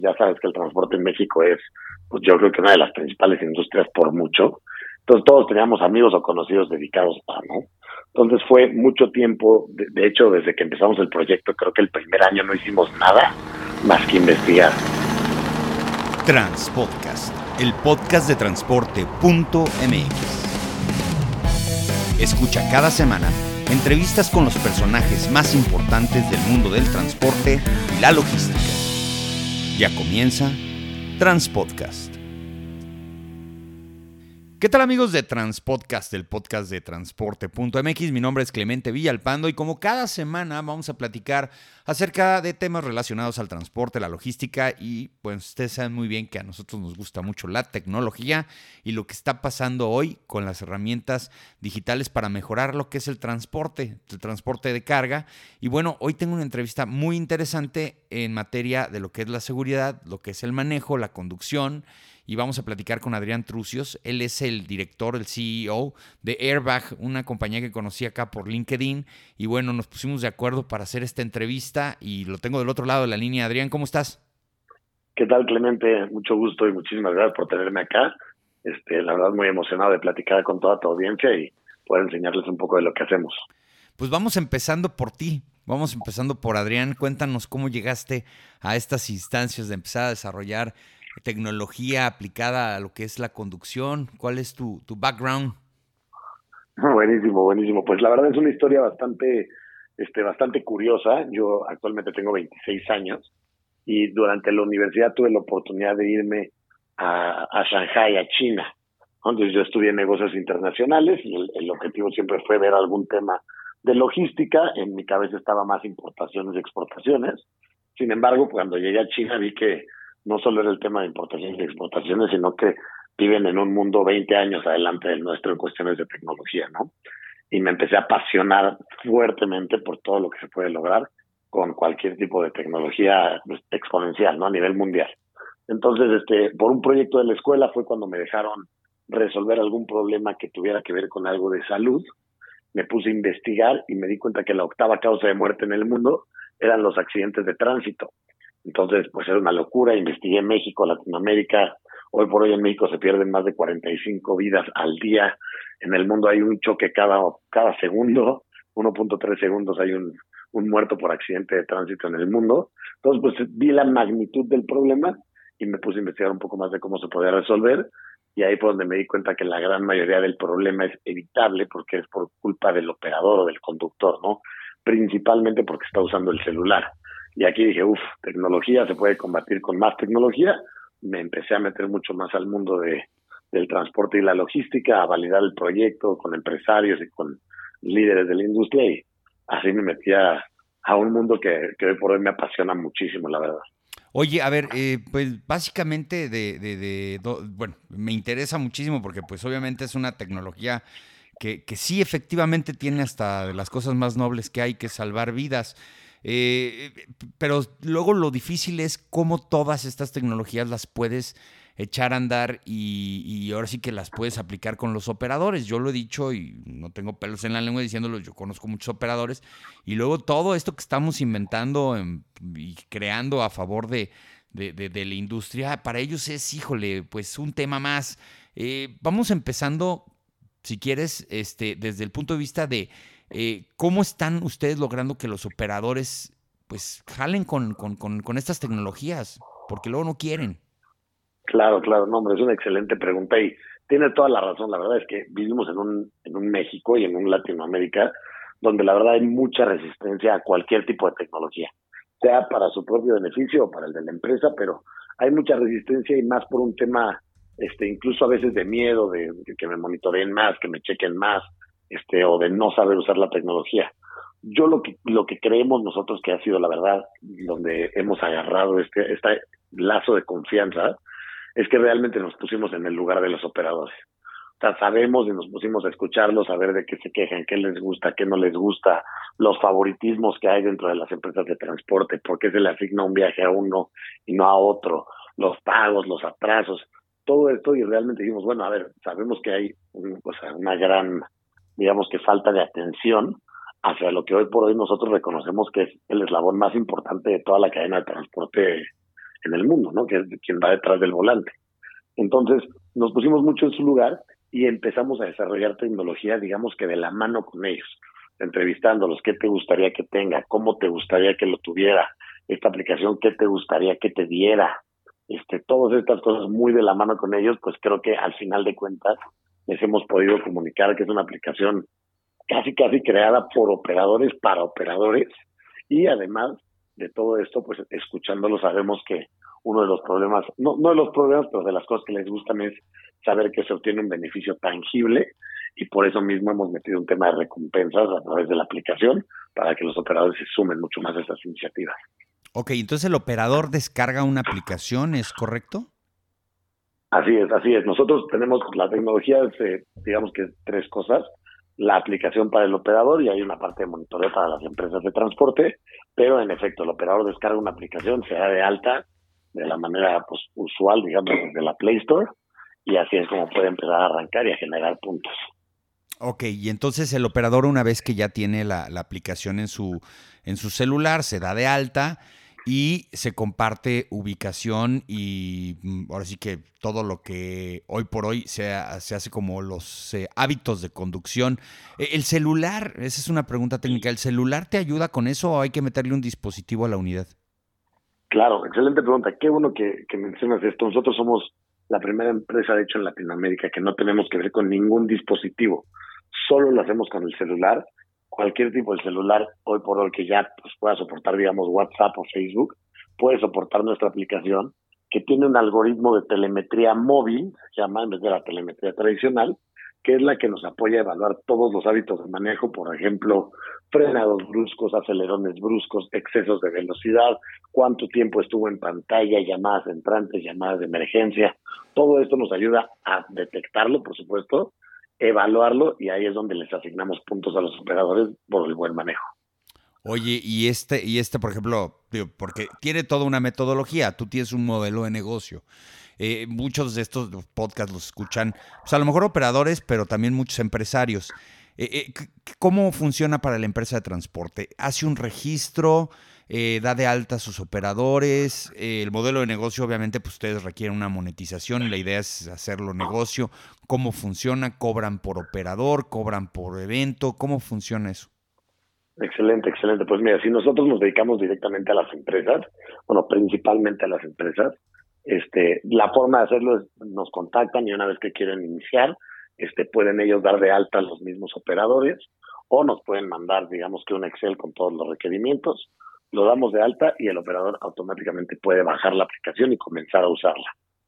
Ya sabes que el transporte en México es, pues yo creo que una de las principales industrias por mucho. Entonces todos teníamos amigos o conocidos dedicados a, ¿no? Entonces fue mucho tiempo, de hecho desde que empezamos el proyecto, creo que el primer año no hicimos nada más que investigar. Transpodcast, el podcast de transporte.mx. Escucha cada semana entrevistas con los personajes más importantes del mundo del transporte y la logística. Ya comienza Transpodcast. ¿Qué tal, amigos de Transpodcast, el podcast de transporte.mx? Mi nombre es Clemente Villalpando y como cada semana vamos a platicar acerca de temas relacionados al transporte, la logística y pues ustedes saben muy bien que a nosotros nos gusta mucho la tecnología y lo que está pasando hoy con las herramientas digitales para mejorar lo que es el transporte de carga. Y bueno, hoy tengo una entrevista muy interesante en materia de lo que es la seguridad, lo que es el manejo, la conducción. Y vamos a platicar con Adrián Trucios. Él es el director, el CEO de Airbag, una compañía que conocí acá por LinkedIn. Y bueno, nos pusimos de acuerdo para hacer esta entrevista y lo tengo del otro lado de la línea. Adrián, ¿cómo estás? ¿Qué tal, Clemente? Mucho gusto y muchísimas gracias por tenerme acá. La verdad muy emocionado de platicar con toda tu audiencia y poder enseñarles un poco de lo que hacemos. Pues vamos empezando por ti. Vamos empezando por Adrián. Cuéntanos cómo llegaste a estas instancias de empezar a desarrollar tecnología aplicada a lo que es la conducción. ¿Cuál es tu background? Buenísimo. Pues la verdad es una historia bastante curiosa. Yo actualmente tengo 26 años y durante la universidad tuve la oportunidad de irme a Shanghái, a China. Entonces yo estudié negocios internacionales y el objetivo siempre fue ver algún tema de logística. En mi cabeza estaba más importaciones y exportaciones. Sin embargo, cuando llegué a China vi que no solo era el tema de importaciones y exportaciones, sino que viven en un mundo 20 años adelante del nuestro en cuestiones de tecnología, ¿no? Y me empecé a apasionar fuertemente por todo lo que se puede lograr con cualquier tipo de tecnología exponencial, ¿no? A nivel mundial. Entonces, por un proyecto de la escuela fue cuando me dejaron resolver algún problema que tuviera que ver con algo de salud. Me puse a investigar y me di cuenta que la octava causa de muerte en el mundo eran los accidentes de tránsito. Entonces, pues era una locura. Investigué en México, Latinoamérica. Hoy por hoy en México se pierden más de 45 vidas al día. En el mundo hay un choque cada segundo. 1.3 segundos hay un muerto por accidente de tránsito en el mundo. Entonces, pues vi la magnitud del problema y me puse a investigar un poco más de cómo se podía resolver. Y ahí fue donde me di cuenta que la gran mayoría del problema es evitable porque es por culpa del operador o del conductor, ¿no? Principalmente porque está usando el celular. Y aquí dije, tecnología se puede combatir con más tecnología. Me empecé a meter mucho más al mundo del transporte y la logística, a validar el proyecto con empresarios y con líderes de la industria. Y así me metí a un mundo que hoy por hoy me apasiona muchísimo, la verdad. Oye, a ver, pues básicamente bueno, me interesa muchísimo porque pues obviamente es una tecnología que sí efectivamente tiene hasta de las cosas más nobles que hay, que salvar vidas. Pero luego lo difícil es cómo todas estas tecnologías las puedes echar a andar y ahora sí que las puedes aplicar con los operadores. Yo lo he dicho y no tengo pelos en la lengua diciéndolo, yo conozco muchos operadores y luego todo esto que estamos inventando y creando a favor de la industria, para ellos es, híjole, pues un tema más. Vamos empezando, si quieres, desde el punto de vista de ¿cómo están ustedes logrando que los operadores pues jalen con estas tecnologías? Porque luego no quieren. Claro, no, hombre, es una excelente pregunta y tiene toda la razón. La verdad es que vivimos en un México y en un Latinoamérica donde la verdad hay mucha resistencia a cualquier tipo de tecnología, sea para su propio beneficio o para el de la empresa, pero hay mucha resistencia y más por un tema, incluso a veces de miedo, de que me monitoreen más, que me chequen más, o de no saber usar la tecnología. Yo lo que creemos nosotros que ha sido la verdad, donde hemos agarrado este lazo de confianza, es que realmente nos pusimos en el lugar de los operadores. O sea, sabemos y nos pusimos a escucharlos, a ver de qué se quejan, qué les gusta, qué no les gusta, los favoritismos que hay dentro de las empresas de transporte, por qué se le asigna un viaje a uno y no a otro, los pagos, los atrasos, todo esto, y realmente dijimos, bueno, a ver, sabemos que hay una gran, digamos que falta de atención hacia lo que hoy por hoy nosotros reconocemos que es el eslabón más importante de toda la cadena de transporte en el mundo, ¿no? Que es quien va detrás del volante. Entonces, nos pusimos mucho en su lugar y empezamos a desarrollar tecnología, digamos que de la mano con ellos, entrevistándolos, qué te gustaría que tenga, cómo te gustaría que lo tuviera, esta aplicación, qué te gustaría que te diera, todas estas cosas muy de la mano con ellos, pues creo que al final de cuentas les hemos podido comunicar que es una aplicación casi creada por operadores para operadores, y además de todo esto, pues escuchándolo sabemos que uno de los problemas, no de los problemas, pero de las cosas que les gustan es saber que se obtiene un beneficio tangible, y por eso mismo hemos metido un tema de recompensas a través de la aplicación para que los operadores se sumen mucho más a estas iniciativas. Ok, entonces el operador descarga una aplicación, ¿es correcto? Así es. Nosotros tenemos la tecnología, digamos que 3 cosas: la aplicación para el operador, y hay una parte de monitoreo para las empresas de transporte, pero en efecto el operador descarga una aplicación, se da de alta de la manera pues usual, digamos, desde la Play Store, y así es como puede empezar a arrancar y a generar puntos. Ok, y entonces el operador, una vez que ya tiene la aplicación en su celular, se da de alta y se comparte ubicación y ahora sí que todo lo que hoy por hoy se hace como los hábitos de conducción. ¿El celular, esa es una pregunta técnica, ¿el celular te ayuda con eso o hay que meterle un dispositivo a la unidad? Claro, excelente pregunta. Qué bueno que mencionas esto. Nosotros somos la primera empresa, de hecho, en Latinoamérica que no tenemos que ver con ningún dispositivo. Solo lo hacemos con el celular. Cualquier tipo de celular, hoy por hoy, que ya pues, pueda soportar, digamos, WhatsApp o Facebook, puede soportar nuestra aplicación, que tiene un algoritmo de telemetría móvil, se llama, en vez de la telemetría tradicional, que es la que nos apoya a evaluar todos los hábitos de manejo, por ejemplo, frenados bruscos, acelerones bruscos, excesos de velocidad, cuánto tiempo estuvo en pantalla, llamadas entrantes, llamadas de emergencia. Todo esto nos ayuda a detectarlo, por supuesto, evaluarlo, y ahí es donde les asignamos puntos a los operadores por el buen manejo. Oye, por ejemplo, digo, porque tiene toda una metodología, tú tienes un modelo de negocio. Muchos de estos podcasts los escuchan, pues a lo mejor operadores, pero también muchos empresarios. ¿Cómo funciona para la empresa de transporte? ¿Hace un registro? ¿Da de alta a sus operadores? El modelo de negocio, obviamente, pues ustedes requieren una monetización. La idea es hacerlo negocio. ¿Cómo funciona? ¿Cobran por operador? ¿Cobran por evento? ¿Cómo funciona eso? Excelente. Pues mira, si nosotros nos dedicamos directamente a las empresas, bueno, principalmente a las empresas, la forma de hacerlo es nos contactan, y una vez que quieren iniciar, pueden ellos dar de alta a los mismos operadores, o nos pueden mandar, digamos que un Excel con todos los requerimientos, lo damos de alta y el operador automáticamente puede bajar la aplicación y comenzar a usarla.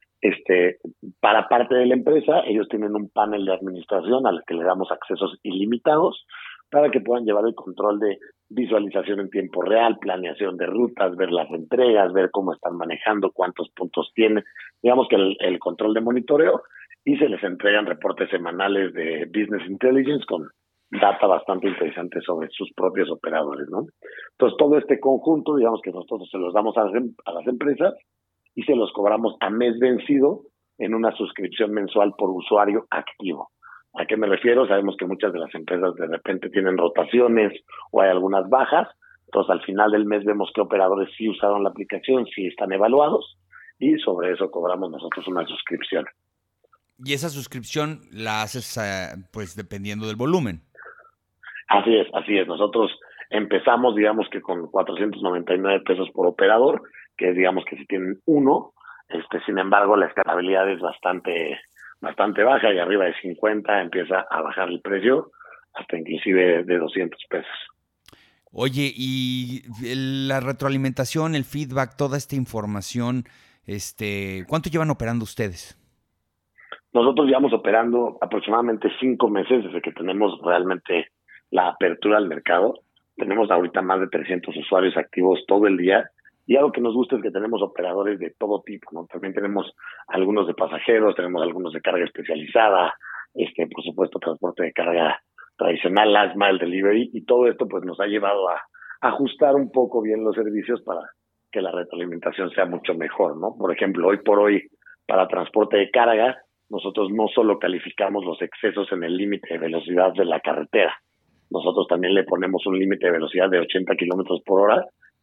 Para parte de la empresa, ellos tienen un panel de administración al que le damos accesos ilimitados para que puedan llevar el control de visualización en tiempo real, planeación de rutas, ver las entregas, ver cómo están manejando, cuántos puntos tienen, digamos que el control de monitoreo, y se les entregan reportes semanales de Business Intelligence con data bastante interesante sobre sus propios operadores, ¿no? Entonces, todo este conjunto, digamos que nosotros se los damos a las empresas y se los cobramos a mes vencido en una suscripción mensual por usuario activo. ¿A qué me refiero? Sabemos que muchas de las empresas de repente tienen rotaciones o hay algunas bajas, entonces al final del mes vemos qué operadores sí usaron la aplicación, sí están evaluados, y sobre eso cobramos nosotros una suscripción. Y esa suscripción la haces pues dependiendo del volumen. Así es. Nosotros empezamos, digamos que con 499 pesos por operador, que es, digamos que si tienen uno, sin embargo la escalabilidad es bastante baja, y arriba de 50 empieza a bajar el precio hasta inclusive de 200 pesos. Oye, y la retroalimentación, el feedback, toda esta información, ¿cuánto llevan operando ustedes? Nosotros llevamos operando aproximadamente 5 meses desde que tenemos realmente la apertura al mercado. Tenemos ahorita más de 300 usuarios activos todo el día, y algo que nos gusta es que tenemos operadores de todo tipo, ¿no? También tenemos algunos de pasajeros, tenemos algunos de carga especializada, por supuesto transporte de carga tradicional, last mile delivery, y todo esto pues nos ha llevado a ajustar un poco bien los servicios para que la retroalimentación sea mucho mejor, ¿no? Por ejemplo, hoy por hoy, para transporte de carga, nosotros no solo calificamos los excesos en el límite de velocidad de la carretera, nosotros también le ponemos un límite de velocidad de 80 kilómetros por hora,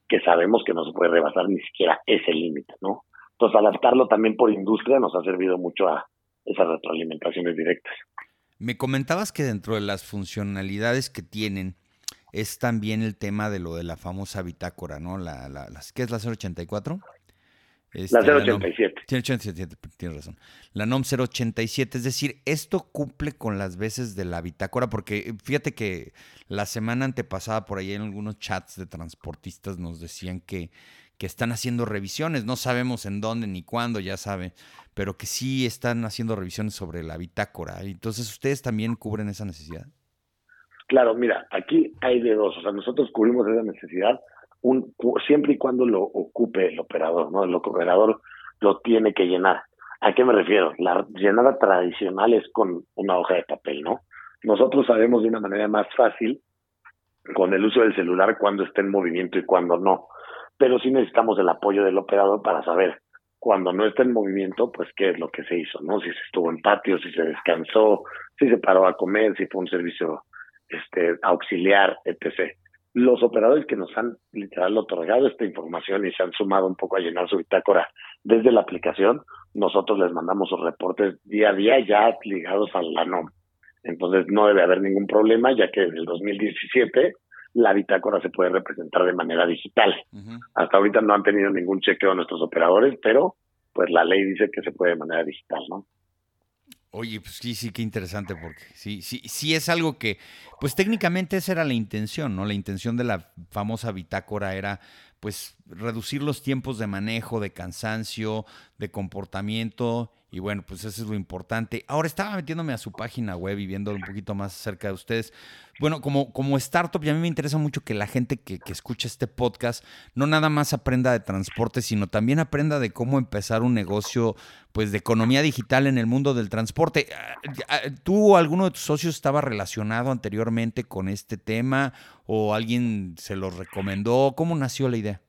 que sabemos que no se puede rebasar ni siquiera ese límite, ¿no? Entonces, adaptarlo también por industria nos ha servido mucho a esas retroalimentaciones directas. Me comentabas que dentro de las funcionalidades que tienen es también el tema de lo de la famosa bitácora, ¿no? ¿Qué es la 084? La La NOM 087. Tiene 87, tienes razón. La NOM 087, es decir, esto cumple con las veces de la bitácora, porque fíjate que la semana antepasada por ahí en algunos chats de transportistas nos decían que están haciendo revisiones, no sabemos en dónde ni cuándo, ya saben, pero que sí están haciendo revisiones sobre la bitácora. Entonces, ¿ustedes también cubren esa necesidad? Claro, mira, aquí hay de dos, o sea, nosotros cubrimos esa necesidad siempre y cuando lo ocupe el operador, ¿no? El operador lo tiene que llenar. ¿A qué me refiero? La llenada tradicional es con una hoja de papel, ¿no? Nosotros sabemos de una manera más fácil, con el uso del celular, cuándo está en movimiento y cuándo no. Pero sí necesitamos el apoyo del operador para saber cuando no está en movimiento, pues qué es lo que se hizo, ¿no? Si se estuvo en patio, si se descansó, si se paró a comer, si fue un servicio auxiliar, etc. Los operadores que nos han literal otorgado esta información y se han sumado un poco a llenar su bitácora desde la aplicación, nosotros les mandamos sus reportes día a día ya ligados a la NOM. Entonces no debe haber ningún problema, ya que desde el 2017 la bitácora se puede representar de manera digital. Uh-huh. Hasta ahorita no han tenido ningún chequeo nuestros operadores, pero pues la ley dice que se puede de manera digital, ¿no? Oye, pues sí, qué interesante, porque sí es algo que, pues técnicamente esa era la intención, ¿no? La intención de la famosa bitácora era, pues, reducir los tiempos de manejo, de cansancio, de comportamiento, y bueno, pues eso es lo importante. Ahora estaba metiéndome a su página web y viendo un poquito más acerca de ustedes. Bueno, como startup, y a mí me interesa mucho que la gente que escucha este podcast no nada más aprenda de transporte, sino también aprenda de cómo empezar un negocio, pues, de economía digital en el mundo del transporte. ¿Tú o alguno de tus socios estaba relacionado anteriormente con este tema o alguien se los recomendó? ¿Cómo nació la idea?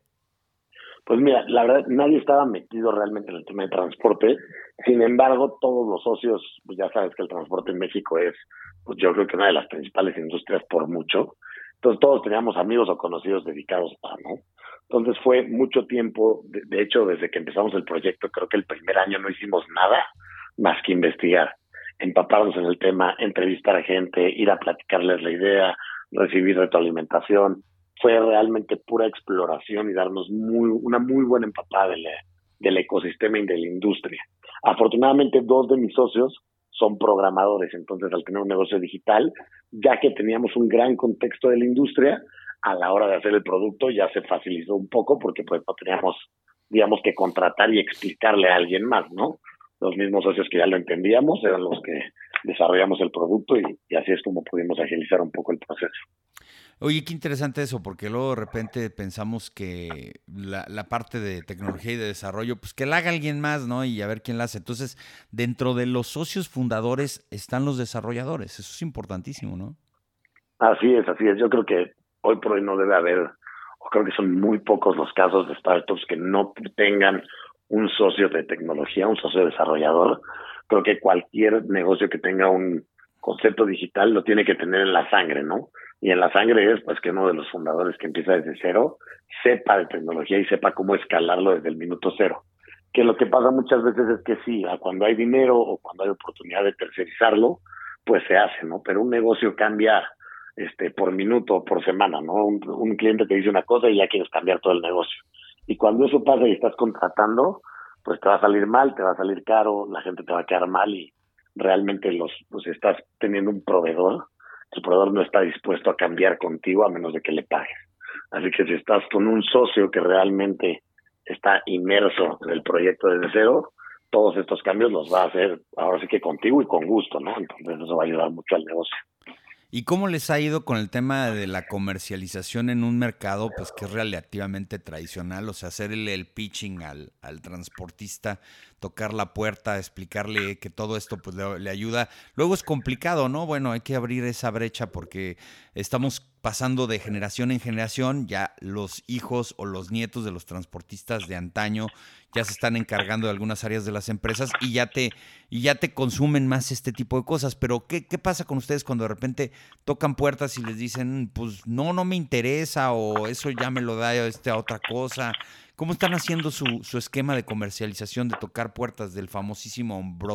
Pues mira, la verdad, nadie estaba metido realmente en el tema de transporte. Sin embargo, todos los socios, pues ya sabes que el transporte en México es, pues yo creo que una de las principales industrias por mucho. Entonces todos teníamos amigos o conocidos dedicados a, ¿no? Entonces fue mucho tiempo, de hecho, desde que empezamos el proyecto, creo que el primer año no hicimos nada más que investigar, empaparnos en el tema, entrevistar a gente, ir a platicarles la idea, recibir retroalimentación. Fue realmente pura exploración y darnos una muy buena empapada del ecosistema y de la industria. Afortunadamente, 2 de mis socios son programadores, entonces al tener un negocio digital, ya que teníamos un gran contexto de la industria, a la hora de hacer el producto ya se facilitó un poco porque pues no teníamos, digamos, que contratar y explicarle a alguien más, ¿no? Los mismos socios que ya lo entendíamos eran los que desarrollamos el producto y así es como pudimos agilizar un poco el proceso. Oye, qué interesante eso, porque luego de repente pensamos que la parte de tecnología y de desarrollo, pues que la haga alguien más, ¿no? Y a ver quién la hace. Entonces, dentro de los socios fundadores están los desarrolladores. Eso es importantísimo, ¿no? Así es. Yo creo que hoy por hoy no debe haber, o creo que son muy pocos los casos de startups que no tengan un socio de tecnología, un socio desarrollador. Creo que cualquier negocio que tenga un concepto digital lo tiene que tener en la sangre, ¿no? Y en la sangre es pues que uno de los fundadores que empieza desde cero sepa de tecnología y sepa cómo escalarlo desde el minuto cero. Que lo que pasa muchas veces es que sí, cuando hay dinero o cuando hay oportunidad de tercerizarlo, pues se hace, ¿no? Pero un negocio cambia por minuto o por semana, ¿no? Un cliente te dice una cosa y ya quieres cambiar todo el negocio. Y cuando eso pasa y estás contratando, pues te va a salir mal, te va a salir caro, la gente te va a quedar mal y realmente pues estás teniendo un proveedor. El proveedor no está dispuesto a cambiar contigo a menos de que le pagues. Así que si estás con un socio que realmente está inmerso en el proyecto desde cero, todos estos cambios los va a hacer ahora sí que contigo y con gusto, ¿no? Entonces eso va a ayudar mucho al negocio. ¿Y cómo les ha ido con el tema de la comercialización en un mercado pues que es relativamente tradicional? O sea, hacerle el pitching al transportista, tocar la puerta, explicarle que todo esto pues le ayuda. Luego es complicado, ¿no? Bueno, hay que abrir esa brecha porque estamos pasando de generación en generación, ya los hijos o los nietos de los transportistas de antaño ya se están encargando de algunas áreas de las empresas y ya te consumen más este tipo de cosas. Pero ¿qué pasa con ustedes cuando de repente tocan puertas y les dicen, pues no me interesa o eso ya me lo da a otra cosa? ¿Cómo están haciendo su esquema de comercialización de tocar puertas del famosísimo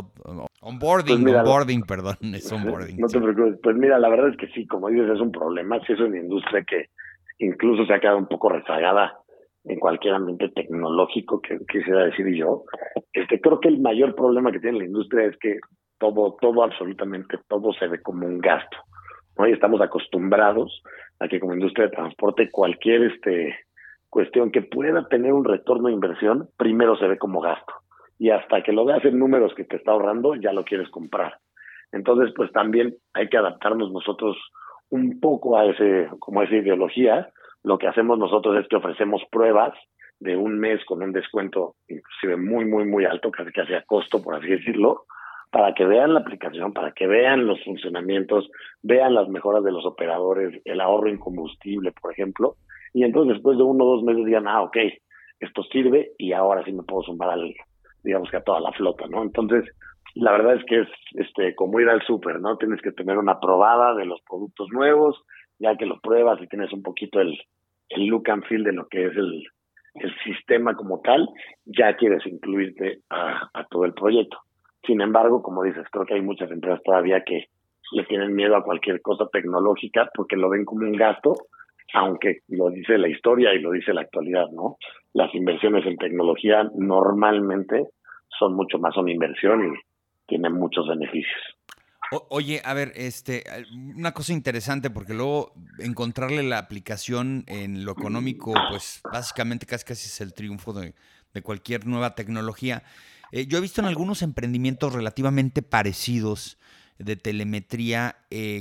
Pues mira, onboarding, perdón, es onboarding, no te sí. preocupes. Pues mira, la verdad es que sí, como dices, es un problema. Sí, es una industria que incluso se ha quedado un poco rezagada en cualquier ambiente tecnológico que quisiera decir yo. Creo que el mayor problema que tiene la industria es que todo, absolutamente todo se ve como un gasto, ¿no? Y estamos acostumbrados a que como industria de transporte cualquier cuestión que pueda tener un retorno de inversión, primero se ve como gasto. Y hasta que lo veas en números que te está ahorrando, ya lo quieres comprar. Entonces, pues también hay que adaptarnos nosotros un poco a como a esa ideología. Lo que hacemos nosotros es que ofrecemos pruebas de un mes con un descuento inclusive muy, muy, muy alto, casi a costo, por así decirlo, para que vean la aplicación, para que vean los funcionamientos, vean las mejoras de los operadores, el ahorro en combustible, por ejemplo, y entonces después de 1 o 2 meses digan, ok, esto sirve y ahora sí me puedo sumar digamos que a toda la flota, ¿no? Entonces, la verdad es que es como ir al súper, ¿no? Tienes que tener una probada de los productos nuevos, ya que lo pruebas y tienes un poquito el look and feel de lo que es el sistema como tal, ya quieres incluirte a todo el proyecto. Sin embargo, como dices, creo que hay muchas empresas todavía que le tienen miedo a cualquier cosa tecnológica porque lo ven como un gasto, aunque lo dice la historia y lo dice la actualidad, ¿no? Las inversiones en tecnología normalmente son mucho más una inversión y tienen muchos beneficios. Oye, a ver, una cosa interesante, porque luego encontrarle la aplicación en lo económico, pues básicamente casi es el triunfo de cualquier nueva tecnología. Yo he visto en algunos emprendimientos relativamente parecidos de telemetría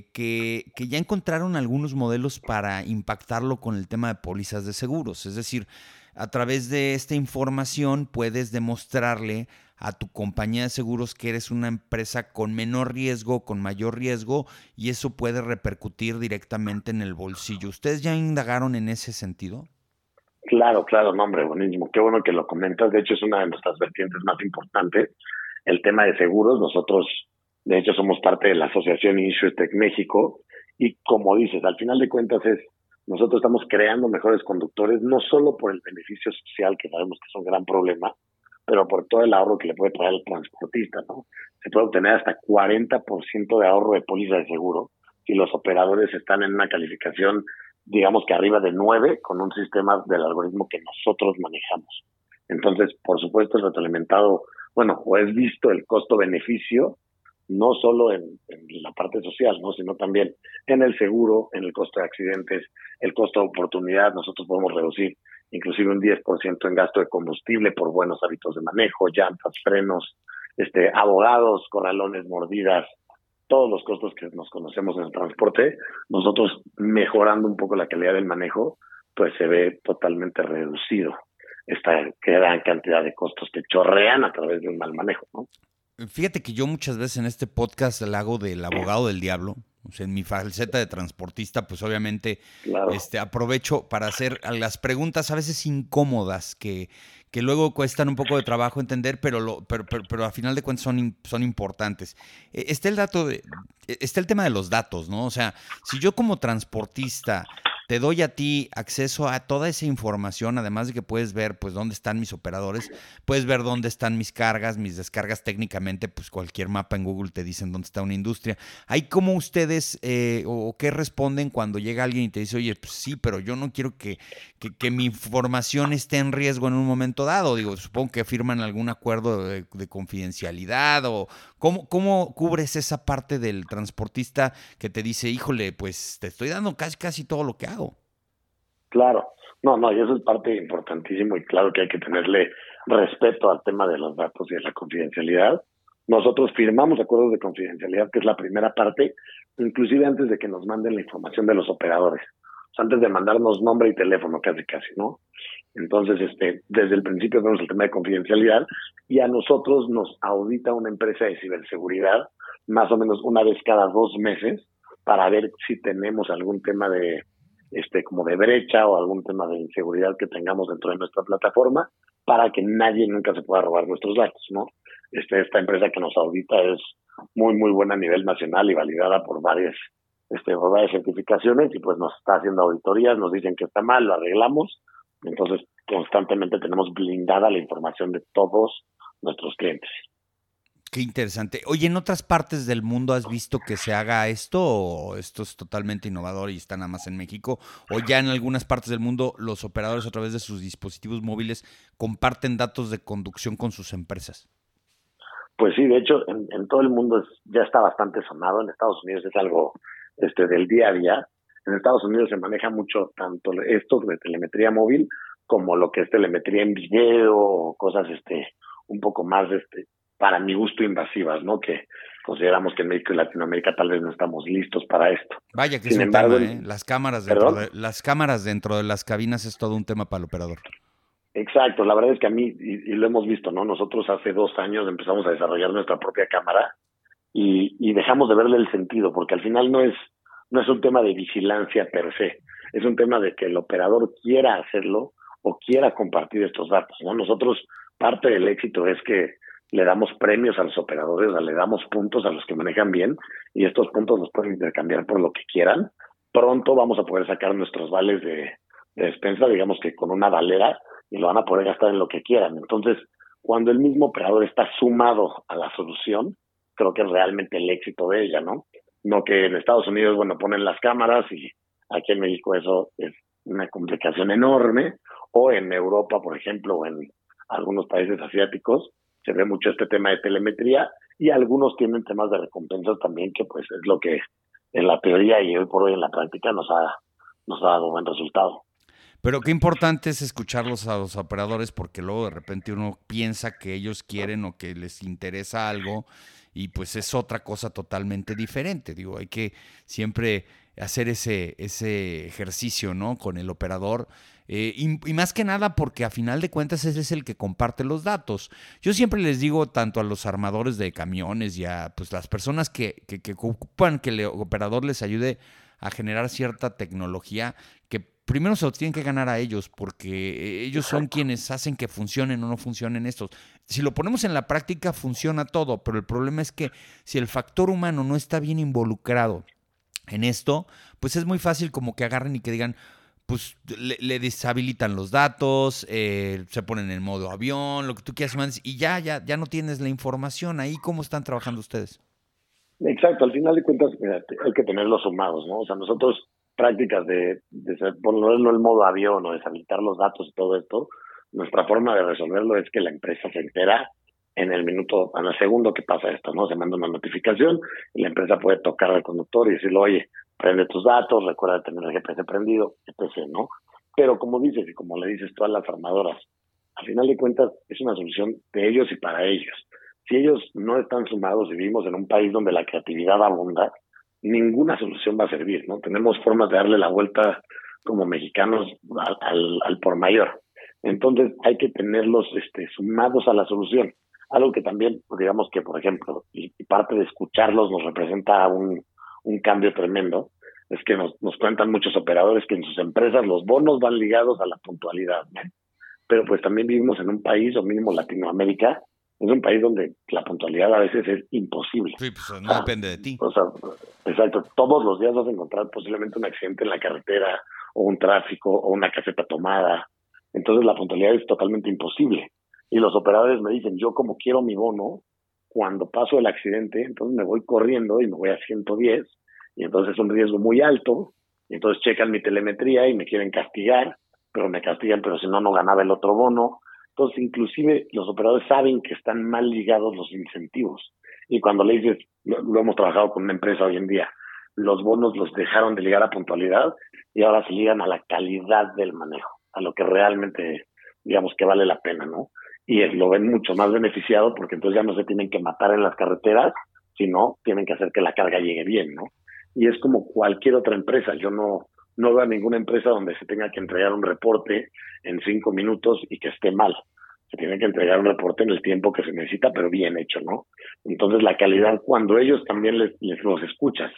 que ya encontraron algunos modelos para impactarlo con el tema de pólizas de seguros. Es decir, a través de esta información puedes demostrarle a tu compañía de seguros que eres una empresa con menor riesgo, con mayor riesgo, y eso puede repercutir directamente en el bolsillo. ¿Ustedes ya indagaron en ese sentido? Claro, no, hombre, buenísimo. Qué bueno que lo comentas. De hecho, es una de nuestras vertientes más importantes, el tema de seguros. Nosotros, de hecho, somos parte de la Asociación InsurTech México y como dices, al final de cuentas nosotros estamos creando mejores conductores, no solo por el beneficio social, que sabemos que es un gran problema, pero por todo el ahorro que le puede traer al transportista, ¿no? Se puede obtener hasta 40% de ahorro de póliza de seguro si los operadores están en una calificación, digamos que arriba de 9, con un sistema del algoritmo que nosotros manejamos. Entonces, por supuesto, es retroalimentado, bueno, o es visto el costo-beneficio, no solo en la parte social, ¿no? Sino también en el seguro, en el costo de accidentes, el costo de oportunidad. Nosotros podemos reducir inclusive un 10% en gasto de combustible por buenos hábitos de manejo, llantas, frenos, abogados, corralones, mordidas, todos los costos que nos conocemos en el transporte. Nosotros mejorando un poco la calidad del manejo, pues se ve totalmente reducido esta gran cantidad de costos que chorrean a través de un mal manejo, ¿no? Fíjate que yo muchas veces en este podcast le hago del abogado del diablo. O sea, en mi faceta de transportista, pues obviamente Claro. aprovecho para hacer las preguntas a veces incómodas que luego cuestan un poco de trabajo entender, pero a final de cuentas son importantes. Está está el tema de los datos, ¿no? O sea, si yo como transportista te doy a ti acceso a toda esa información, además de que puedes ver pues dónde están mis operadores, puedes ver dónde están mis cargas, mis descargas técnicamente, pues cualquier mapa en Google te dicen dónde está una industria. ¿Hay cómo ustedes o qué responden cuando llega alguien y te dice, oye, pues sí, pero yo no quiero que mi información esté en riesgo en un momento dado? Digo, supongo que firman algún acuerdo de confidencialidad o ¿cómo cubres esa parte del transportista que te dice, híjole, pues te estoy dando casi todo lo que hago? Claro, no, y eso es parte importantísimo y claro que hay que tenerle respeto al tema de los datos y de la confidencialidad. Nosotros firmamos acuerdos de confidencialidad, que es la primera parte, inclusive antes de que nos manden la información de los operadores, o sea, antes de mandarnos nombre y teléfono, casi, ¿no? Entonces, desde el principio tenemos el tema de confidencialidad y a nosotros nos audita una empresa de ciberseguridad más o menos una vez cada 2 meses para ver si tenemos algún tema de como de brecha o algún tema de inseguridad que tengamos dentro de nuestra plataforma para que nadie nunca se pueda robar nuestros datos, ¿no? Esta empresa que nos audita es muy, muy buena a nivel nacional y validada por por varias certificaciones y pues nos está haciendo auditorías, nos dicen que está mal, lo arreglamos. Entonces, constantemente tenemos blindada la información de todos nuestros clientes. Qué interesante. Oye, ¿en otras partes del mundo has visto que se haga esto o esto es totalmente innovador y está nada más en México? ¿O ya en algunas partes del mundo los operadores a través de sus dispositivos móviles comparten datos de conducción con sus empresas? Pues sí, de hecho, en todo el mundo ya está bastante sonado. En Estados Unidos es algo del día a día. En Estados Unidos se maneja mucho tanto esto de telemetría móvil como lo que es telemetría en video o cosas un poco más para mi gusto invasivas, ¿no? Que consideramos que en México y Latinoamérica tal vez no estamos listos para esto. Vaya que Sin es un embargo, tema, ¿eh? Las cámaras dentro de las cabinas es todo un tema para el operador. Exacto, la verdad es que a mí, y lo hemos visto, ¿no? Nosotros hace 2 años empezamos a desarrollar nuestra propia cámara y dejamos de verle el sentido, porque al final no es un tema de vigilancia per se, es un tema de que el operador quiera hacerlo o quiera compartir estos datos, ¿no? Nosotros, parte del éxito es que le damos premios a los operadores, le damos puntos a los que manejan bien y estos puntos los pueden intercambiar por lo que quieran. Pronto vamos a poder sacar nuestros vales de despensa, digamos que con una valera, y lo van a poder gastar en lo que quieran. Entonces, cuando el mismo operador está sumado a la solución, creo que es realmente el éxito de ella, ¿no? No que en Estados Unidos, bueno, ponen las cámaras y aquí en México eso es una complicación enorme, o en Europa, por ejemplo, o en algunos países asiáticos, se ve mucho este tema de telemetría y algunos tienen temas de recompensas también, que pues es lo que en la teoría y hoy por hoy en la práctica nos ha dado buen resultado. Pero qué importante es escucharlos a los operadores porque luego de repente uno piensa que ellos quieren o que les interesa algo y pues es otra cosa totalmente diferente. Digo, hay que siempre hacer ese ejercicio, ¿no? Con el operador. Y más que nada porque a final de cuentas ese es el que comparte los datos. Yo siempre les digo tanto a los armadores de camiones y a pues, las personas que ocupan que el operador les ayude a generar cierta tecnología que primero se lo tienen que ganar a ellos porque ellos son quienes hacen que funcionen o no funcionen estos. Si lo ponemos en la práctica funciona todo, pero el problema es que si el factor humano no está bien involucrado en esto, pues es muy fácil como que agarren y que digan, pues le deshabilitan los datos, se ponen en modo avión, lo que tú quieras, y ya no tienes la información. Ahí, ¿cómo están trabajando ustedes? Exacto, al final de cuentas, mira, hay que tenerlos sumados, ¿no? O sea, nosotros prácticas de ponerlo en modo avión o deshabilitar los datos y todo esto, nuestra forma de resolverlo es que la empresa se entera en el segundo que pasa esto, ¿no? Se manda una notificación y la empresa puede tocar al conductor y decirle, oye, prende tus datos, recuerda tener el GPS prendido, etc., ¿no? Pero como dices y como le dices tú a las armadoras, al final de cuentas es una solución de ellos y para ellos. Si ellos no están sumados y vivimos en un país donde la creatividad abunda, ninguna solución va a servir, ¿no? Tenemos formas de darle la vuelta como mexicanos al por mayor. Entonces hay que tenerlos sumados a la solución. Algo que también, digamos que, por ejemplo, y parte de escucharlos nos representa un cambio tremendo, es que nos cuentan muchos operadores que en sus empresas los bonos van ligados a la puntualidad, ¿no? Pero pues también vivimos en un país, o mínimo Latinoamérica, es un país donde la puntualidad a veces es imposible. Sí, pues no depende de ti. O sea, exacto, todos los días vas a encontrar posiblemente un accidente en la carretera, o un tráfico, o una caseta tomada. Entonces la puntualidad es totalmente imposible. Y los operadores me dicen, yo como quiero mi bono, cuando paso el accidente, entonces me voy corriendo y me voy a 110, y entonces es un riesgo muy alto, y entonces checan mi telemetría y me quieren castigar, pero me castigan, pero si no, no ganaba el otro bono. Entonces, inclusive, los operadores saben que están mal ligados los incentivos. Y cuando le dices, lo hemos trabajado con una empresa hoy en día, los bonos los dejaron de ligar a puntualidad y ahora se ligan a la calidad del manejo, a lo que realmente, digamos, que vale la pena, ¿no? Y lo ven mucho más beneficiado porque entonces ya no se tienen que matar en las carreteras, sino tienen que hacer que la carga llegue bien, ¿no? Y es como cualquier otra empresa. Yo no veo a ninguna empresa donde se tenga que entregar un reporte en 5 minutos y que esté mal. Se tiene que entregar un reporte en el tiempo que se necesita, pero bien hecho, ¿no? Entonces la calidad, cuando ellos también les los escuchas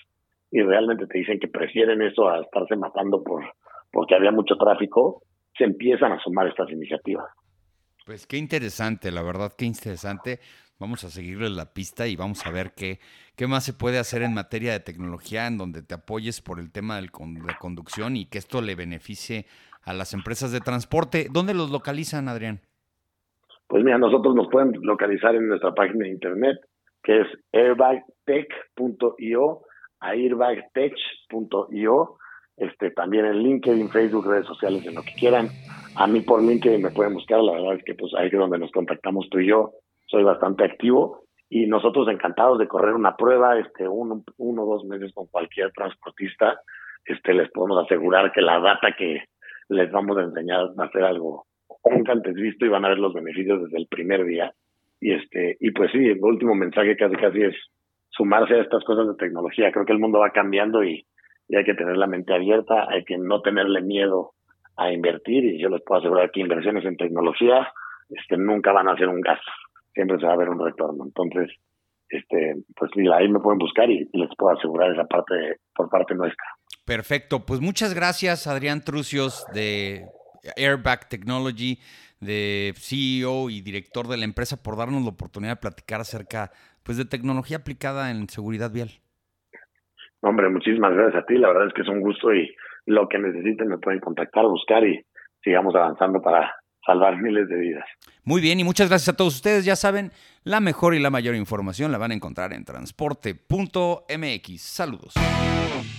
y realmente te dicen que prefieren eso a estarse matando porque había mucho tráfico, se empiezan a sumar estas iniciativas. Pues qué interesante, la verdad, qué interesante. Vamos a seguirle la pista y vamos a ver qué más se puede hacer en materia de tecnología en donde te apoyes por el tema de conducción y que esto le beneficie a las empresas de transporte. ¿Dónde los localizan, Adrián? Pues mira, nosotros nos pueden localizar en nuestra página de internet, que es airbagtech.io, airbagtech.io, también en LinkedIn, Facebook, redes sociales, en lo que quieran. A mí por LinkedIn me pueden buscar, la verdad es que pues ahí es donde nos contactamos tú y yo, soy bastante activo y nosotros encantados de correr una prueba, 1 o 2 meses con cualquier transportista, les podemos asegurar que la data que les vamos a enseñar va a ser algo nunca antes visto y van a ver los beneficios desde el primer día. Y pues sí, el último mensaje casi es sumarse a estas cosas de tecnología. Creo que el mundo va cambiando y hay que tener la mente abierta, hay que no tenerle miedo a invertir y yo les puedo asegurar que inversiones en tecnología nunca van a ser un gasto, siempre se va a ver un retorno. Entonces, pues mira, ahí me pueden buscar y les puedo asegurar esa parte por parte nuestra. Perfecto, pues muchas gracias, Adrián Trucios de Airbag Technology, de CEO y director de la empresa, por darnos la oportunidad de platicar acerca pues de tecnología aplicada en seguridad vial. Hombre, muchísimas gracias a ti, la verdad es que es un gusto y lo que necesiten me pueden contactar, buscar y sigamos avanzando para salvar miles de vidas. Muy bien, y muchas gracias a todos ustedes. Ya saben, la mejor y la mayor información la van a encontrar en transporte.mx. Saludos.